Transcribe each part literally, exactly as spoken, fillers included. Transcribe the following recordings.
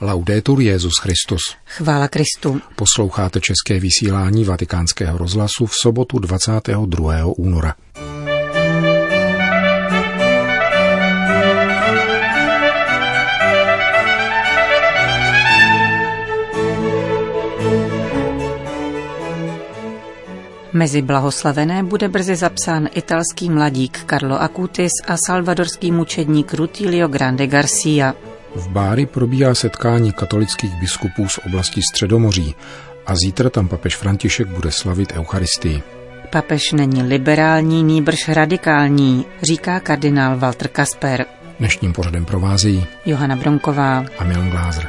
Laudetur Jesus Christus. Chvála Kristu. Posloucháte české vysílání Vatikánského rozhlasu v sobotu dvacátého druhého února. Mezi blahoslavené bude brzy zapsán italský mladík Carlo Acutis a salvadorský mučedník Rutilio Grande Garcia. V Bari probíhá setkání katolických biskupů z oblasti Středomoří a zítra tam papež František bude slavit Eucharistii. Papež není liberální, nýbrž radikální, říká kardinál Walter Kasper. Dnešním pořadem provázejí Johana Bronková a Milan Glázer.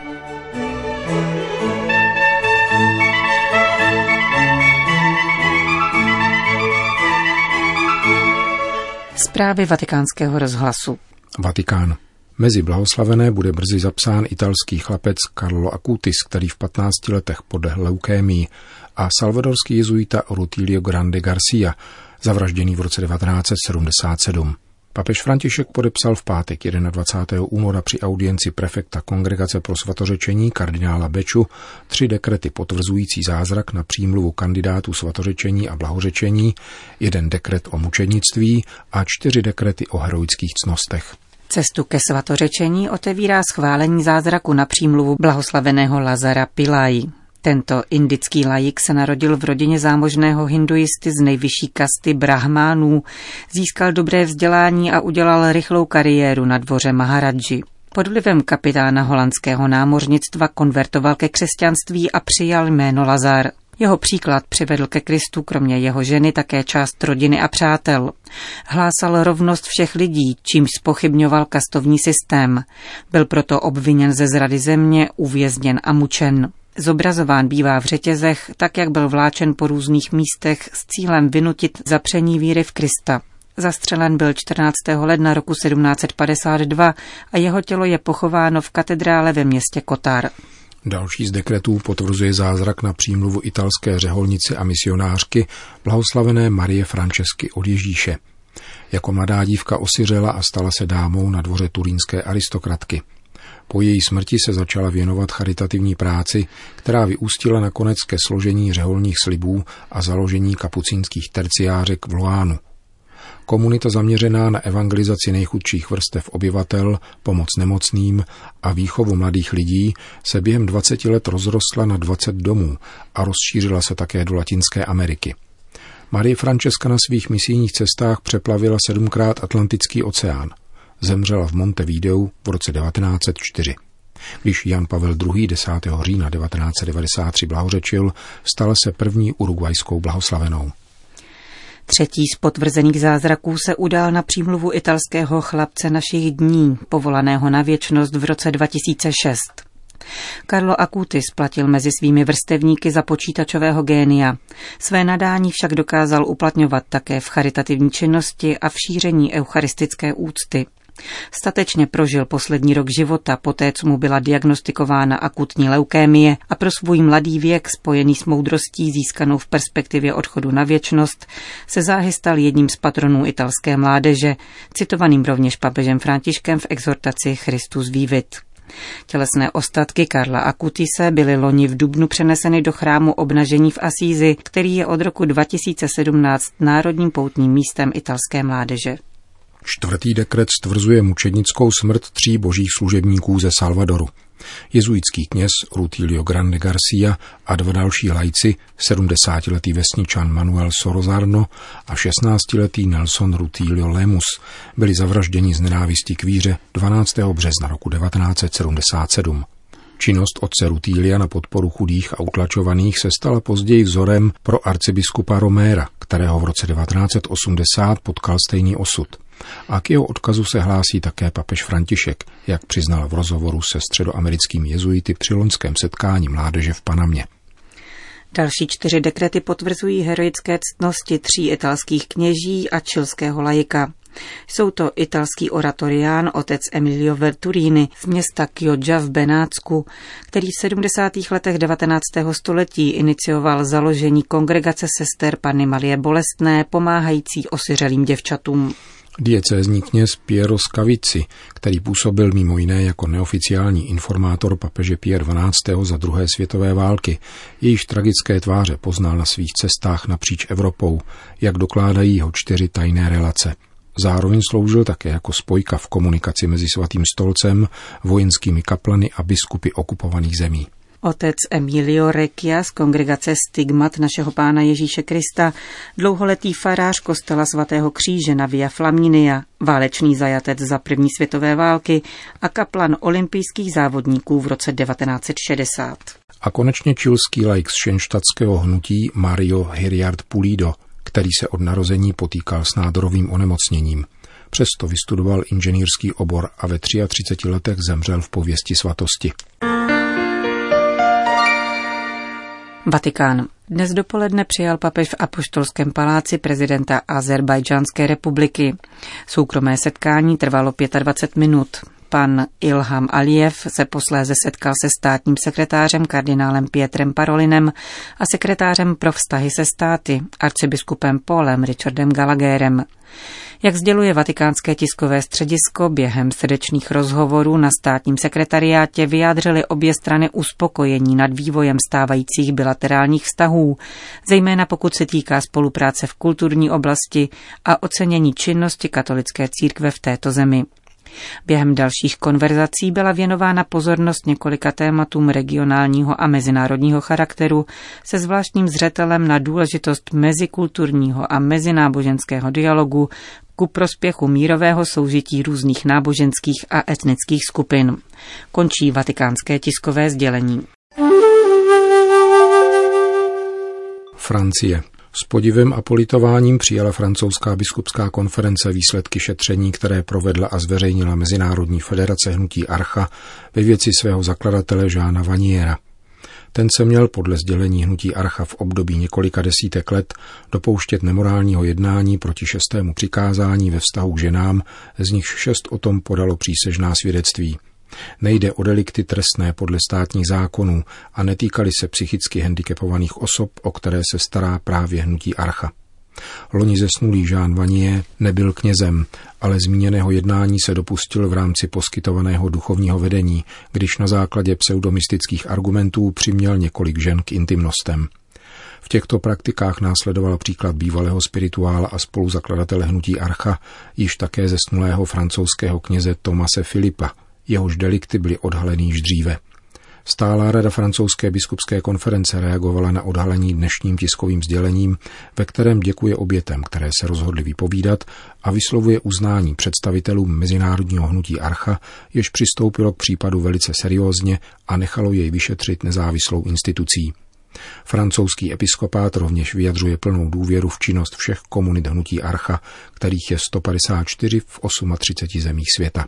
Zprávy Vatikánského rozhlasu. Vatikán. Mezi blahoslavené bude brzy zapsán italský chlapec Carlo Acutis, který v patnácti letech podlehl leukémii, a salvadorský jezuita Rutilio Grande Garcia, zavražděný v roce devatenáct set sedmdesát sedm. Papež František podepsal v pátek dvacátého prvního února při audienci prefekta Kongregace pro svatořečení kardinála Beču tři dekrety potvrzující zázrak na přímluvu kandidátů svatořečení a blahořečení, jeden dekret o mučednictví a čtyři dekrety o heroických ctnostech. Cestu ke svatořečení otevírá schválení zázraku na přímluvu blahoslaveného Lazara Pillai. Tento indický laik se narodil v rodině zámožného hinduisty z nejvyšší kasty brahmánů, získal dobré vzdělání a udělal rychlou kariéru na dvoře Maharadži. Pod vlivem kapitána holandského námořnictva konvertoval ke křesťanství a přijal jméno Lazar. Jeho příklad přivedl ke Kristu kromě jeho ženy také část rodiny a přátel. Hlásal rovnost všech lidí, čímž zpochybňoval kastovní systém. Byl proto obviněn ze zrady země, uvězněn a mučen. Zobrazován bývá v řetězech, tak jak byl vláčen po různých místech s cílem vynutit zapření víry v Krista. Zastřelen byl čtrnáctého ledna roku sedmnáct set padesát dva a jeho tělo je pochováno v katedrále ve městě Kotar. Další z dekretů potvrzuje zázrak na přímluvu italské řeholnice a misionářky blahoslavené Marie Francesky od Ježíše. Jako mladá dívka osiřela a stala se dámou na dvoře turínské aristokratky. Po její smrti se začala věnovat charitativní práci, která vyústila nakonec ke složení řeholních slibů a založení kapucínských terciářek v Loánu. Komunita zaměřená na evangelizaci nejchudších vrstev obyvatel, pomoc nemocným a výchovu mladých lidí se během dvaceti let rozrostla na dvacet domů a rozšířila se také do Latinské Ameriky. Marie Francesca na svých misijních cestách přeplavila sedmkrát Atlantický oceán. Zemřela v Montevideu v roce devatenáct set čtyři. Když Jan Pavel druhý. desátého října devatenáct set devadesát tři blahořečil, stala se první urugvajskou blahoslavenou. Třetí z potvrzených zázraků se udál na přímluvu italského chlapce našich dní, povolaného na věčnost v roce dva tisíce šest. Carlo Acutis platil mezi svými vrstevníky za počítačového génia. Své nadání však dokázal uplatňovat také v charitativní činnosti a v šíření eucharistické úcty. Statečně prožil poslední rok života poté, co mu byla diagnostikována akutní leukémie, a pro svůj mladý věk spojený s moudrostí získanou v perspektivě odchodu na věčnost se záhy stal jedním z patronů italské mládeže, citovaným rovněž papežem Františkem v exhortaci Christus vivit. Tělesné ostatky Carla Acutise byly loni v dubnu přeneseny do chrámu Obnažení v Asízi, který je od roku dva tisíce sedmnáct národním poutním místem italské mládeže. Čtvrtý dekret stvrzuje mučednickou smrt tří božích služebníků ze Salvadoru. Jezuitský kněz Rutilio Grande Garcia a dva další laici, sedmdesátiletý vesničan Manuel Sorozarno a šestnáctiletý Nelson Rutilio Lemus, byli zavražděni z nenávisti k víře dvanáctého března roku devatenáct set sedmdesát sedm. Činnost otce Rutilia na podporu chudých a utlačovaných se stala později vzorem pro arcibiskupa Romera, kterého v roce devatenáct set osmdesát potkal stejný osud. A k jeho odkazu se hlásí také papež František, jak přiznal v rozhovoru se středoamerickými jezuity při loňském setkání mládeže v Panamě. Další čtyři dekrety potvrzují heroické ctnosti tří italských kněží a chilského laika. Jsou to italský oratorián otec Emilio Verturini z města Chioggia v Benátsku, který v sedmdesátých letech devatenáctého století inicioval založení kongregace sester Panny Marie Bolestné, pomáhající osiřelým děvčatům. Diecézní kněz Piero Scavici, který působil mimo jiné jako neoficiální informátor papeže Pia dvanáctého za druhé světové války, jejíž tragické tváře poznal na svých cestách napříč Evropou, jak dokládají jeho čtyři tajné relace. Zároveň sloužil také jako spojka v komunikaci mezi Svatým stolcem, vojenskými kaplany a biskupy okupovaných zemí. Otec Emilio Recchia z kongregace Stigmat našeho Pána Ježíše Krista, dlouholetý farář kostela svatého Kříže na Via Flaminia, válečný zajatec za první světové války a kaplan olympijských závodníků v roce devatenáct set šedesát. A konečně čilský laik z šenštadtského hnutí Mario Hiriart Pulido, který se od narození potýkal s nádorovým onemocněním. Přesto vystudoval inženýrský obor a ve třiceti třech letech zemřel v pověsti svatosti. Vatikán. Dnes dopoledne přijal papež v Apoštolském paláci prezidenta Azerbajdžánské republiky. Soukromé setkání trvalo dvacet pět minut. Pan Ilham Alijev se posléze setkal se státním sekretářem kardinálem Pietrem Parolinem a sekretářem pro vztahy se státy, arcibiskupem Paulem Richardem Gallagherem. Jak sděluje vatikánské tiskové středisko, během srdečných rozhovorů na státním sekretariátě vyjádřily obě strany uspokojení nad vývojem stávajících bilaterálních vztahů, zejména pokud se týká spolupráce v kulturní oblasti a ocenění činnosti katolické církve v této zemi. Během dalších konverzací byla věnována pozornost několika tématům regionálního a mezinárodního charakteru se zvláštním zřetelem na důležitost mezikulturního a mezináboženského dialogu ku prospěchu mírového soužití různých náboženských a etnických skupin. Končí vatikánské tiskové sdělení. Francie. S podivem a politováním přijala francouzská biskupská konference výsledky šetření, které provedla a zveřejnila Mezinárodní federace hnutí Archa ve věci svého zakladatele Jeana Vaniera. Ten se měl podle sdělení hnutí Archa v období několika desítek let dopouštět nemorálního jednání proti šestému přikázání ve vztahu k ženám, z nichž šest o tom podalo přísežná svědectví. Nejde o delikty trestné podle státních zákonů a netýkaly se psychicky handicapovaných osob, o které se stará právě hnutí Archa. Loni zesnulý Jean Vanier nebyl knězem, ale zmíněného jednání se dopustil v rámci poskytovaného duchovního vedení, když na základě pseudomystických argumentů přiměl několik žen k intimnostem. V těchto praktikách následoval příklad bývalého spirituála a spoluzakladatele hnutí Archa, již také zesnulého francouzského kněze Thomase Philippa. Jehož delikty byly odhaleny již dříve. Stálá rada francouzské biskupské konference reagovala na odhalení dnešním tiskovým sdělením, ve kterém děkuje obětem, které se rozhodly vypovídat, a vyslovuje uznání představitelům mezinárodního hnutí Archa, jež přistoupilo k případu velice seriózně a nechalo jej vyšetřit nezávislou institucí. Francouzský episkopát rovněž vyjadřuje plnou důvěru v činnost všech komunit hnutí Archa, kterých je sto padesát čtyři v třiceti osmi zemích světa.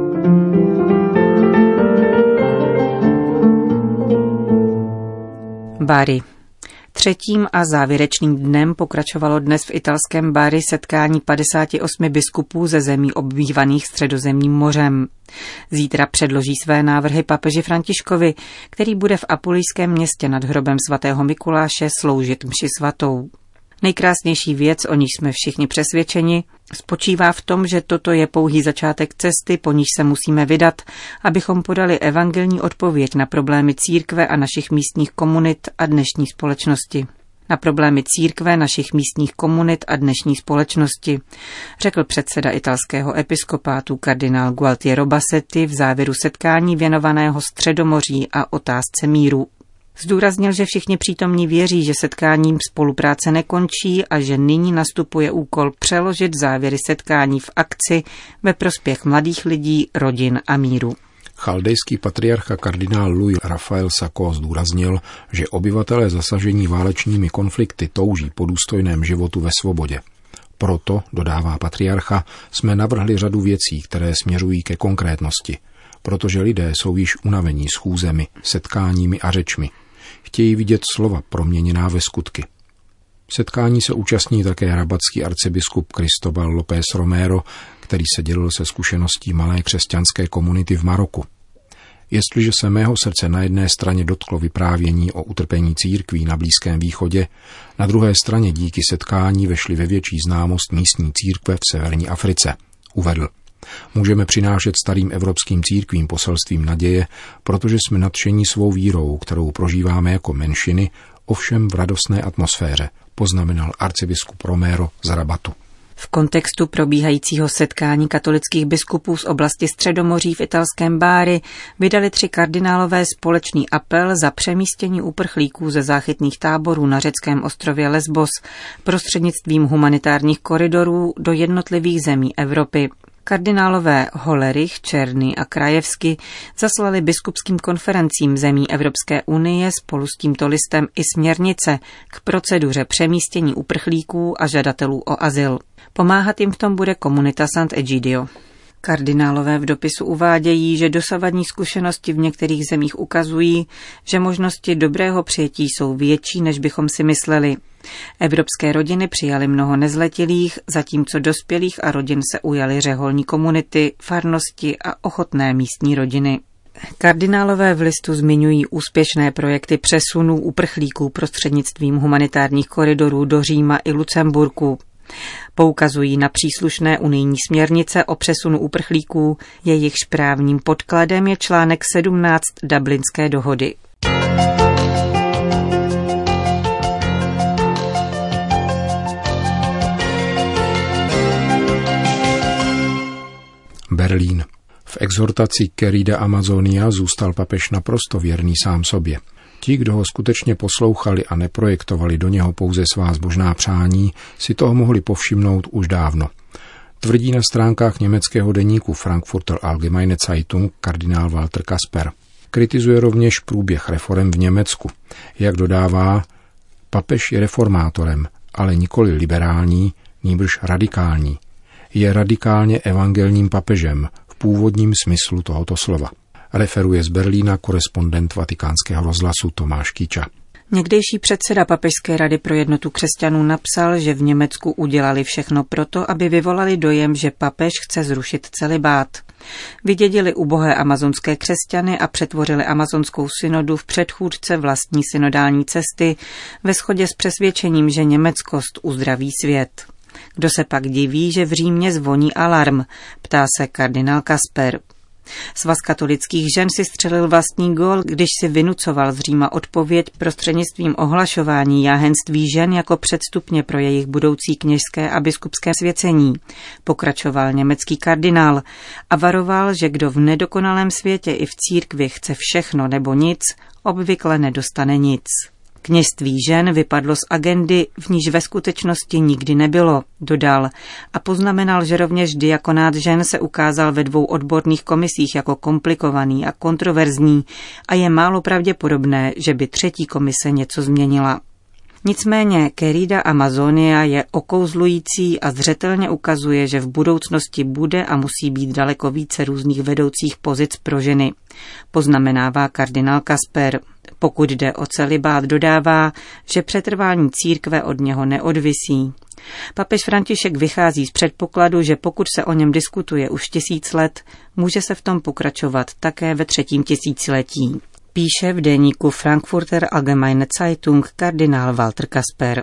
Bari. Třetím a závěrečným dnem pokračovalo dnes v italském Bari setkání padesáti osmi biskupů ze zemí obývaných Středozemním mořem. Zítra předloží své návrhy papeži Františkovi, který bude v apulijském městě nad hrobem svatého Mikuláše sloužit mši svatou. Nejkrásnější věc, o níž jsme všichni přesvědčeni, spočívá v tom, že toto je pouhý začátek cesty, po níž se musíme vydat, abychom podali evangelní odpověď na problémy církve a našich místních komunit a dnešní společnosti. Na problémy církve, našich místních komunit a dnešní společnosti, řekl předseda italského episkopátu kardinál Gualtiero Bassetti v závěru setkání věnovaného Středomoří a otázce míru. Zdůraznil, že všichni přítomní věří, že setkáním spolupráce nekončí a že nyní nastupuje úkol přeložit závěry setkání v akci ve prospěch mladých lidí, rodin a míru. Chaldejský patriarcha kardinál Louis Rafael Sacco zdůraznil, že obyvatelé zasažení válečnými konflikty touží po důstojném životu ve svobodě. Proto, dodává patriarcha, jsme navrhli řadu věcí, které směřují ke konkrétnosti, protože lidé jsou již unavení schůzemi, setkáními a řečmi. Chtějí vidět slova proměněná ve skutky. Setkání se účastní také rabatský arcibiskup Cristobal López Romero, který se dělil se zkušeností malé křesťanské komunity v Maroku. Jestliže se mého srdce na jedné straně dotklo vyprávění o utrpení církví na Blízkém východě, na druhé straně díky setkání vešly ve větší známost místní církve v severní Africe, uvedl. Můžeme přinášet starým evropským církvím poselstvím naděje, protože jsme nadšení svou vírou, kterou prožíváme jako menšiny, ovšem v radostné atmosféře, poznamenal arcibiskup Romero z Rabatu. V kontextu probíhajícího setkání katolických biskupů z oblasti Středomoří v italském Bari vydali tři kardinálové společný apel za přemístění uprchlíků ze záchytných táborů na řeckém ostrově Lesbos prostřednictvím humanitárních koridorů do jednotlivých zemí Evropy. Kardinálové Hollerich, Černý a Krajevsky zaslali biskupským konferencím zemí Evropské unie spolu s tímto listem i směrnice k proceduře přemístění uprchlíků a žadatelů o azyl. Pomáhat jim v tom bude komunita Sant'Egidio. Kardinálové v dopisu uvádějí, že dosavadní zkušenosti v některých zemích ukazují, že možnosti dobrého přijetí jsou větší, než bychom si mysleli. Evropské rodiny přijaly mnoho nezletilých, zatímco dospělých a rodin se ujaly řeholní komunity, farnosti a ochotné místní rodiny. Kardinálové v listu zmiňují úspěšné projekty přesunů uprchlíků prostřednictvím humanitárních koridorů do Říma i Lucemburku. Poukazují na příslušné unijní směrnice o přesunu uprchlíků, jejichž právním podkladem je článek sedmnáct Dublinské dohody. Berlín. V exhortaci Querida Amazonia zůstal papež naprosto věrný sám sobě. Ti, kdo ho skutečně poslouchali a neprojektovali do něho pouze svá zbožná přání, si toho mohli povšimnout už dávno. Tvrdí na stránkách německého deníku Frankfurter Allgemeine Zeitung kardinál Walter Kasper. Kritizuje rovněž průběh reforem v Německu. Jak dodává, papež je reformátorem, ale nikoli liberální, nýbrž radikální. Je radikálně evangelním papežem v původním smyslu tohoto slova. Referuje z Berlína korespondent Vatikánského rozhlasu Tomáš Kýča. Někdejší předseda Papežské rady pro jednotu křesťanů napsal, že v Německu udělali všechno proto, aby vyvolali dojem, že papež chce zrušit celibát. Vydědili ubohé amazonské křesťany a přetvořili amazonskou synodu v předchůdce vlastní synodální cesty ve shodě s přesvědčením, že německost uzdraví svět. Kdo se pak diví, že v Římě zvoní alarm, ptá se kardinál Kasper. Svaz katolických žen si střelil vlastní gól, když si vynucoval z Říma odpověď prostřednictvím ohlašování jáhenství žen jako předstupně pro jejich budoucí kněžské a biskupské svěcení, pokračoval německý kardinál a varoval, že kdo v nedokonalém světě i v církvi chce všechno nebo nic, obvykle nedostane nic. Kněžství žen vypadlo z agendy, v níž ve skutečnosti nikdy nebylo, dodal a poznamenal, že rovněž diakonát žen se ukázal ve dvou odborných komisích jako komplikovaný a kontroverzní a je málo pravděpodobné, že by třetí komise něco změnila. Nicméně Querida Amazonia je okouzlující a zřetelně ukazuje, že v budoucnosti bude a musí být daleko více různých vedoucích pozic pro ženy, poznamenává kardinál Kasper. Pokud jde o celibát, dodává, že přetrvání církve od něho neodvisí. Papež František vychází z předpokladu, že pokud se o něm diskutuje už tisíc let, může se v tom pokračovat také ve třetím tisíciletí. Píše v deníku Frankfurter Allgemeine Zeitung kardinál Walter Kasper.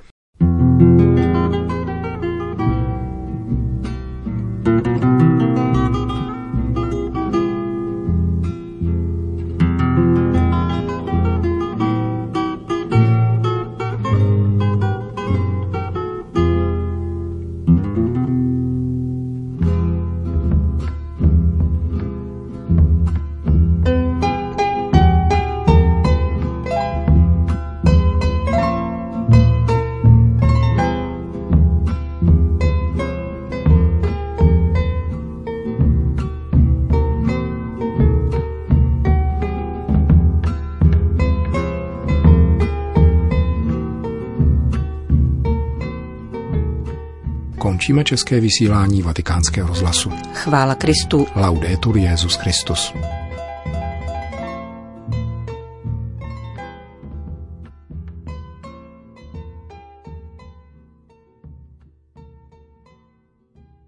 Končíme české vysílání Vatikánského rozhlasu. Chvála Kristu. Laudetur Jesus Christus.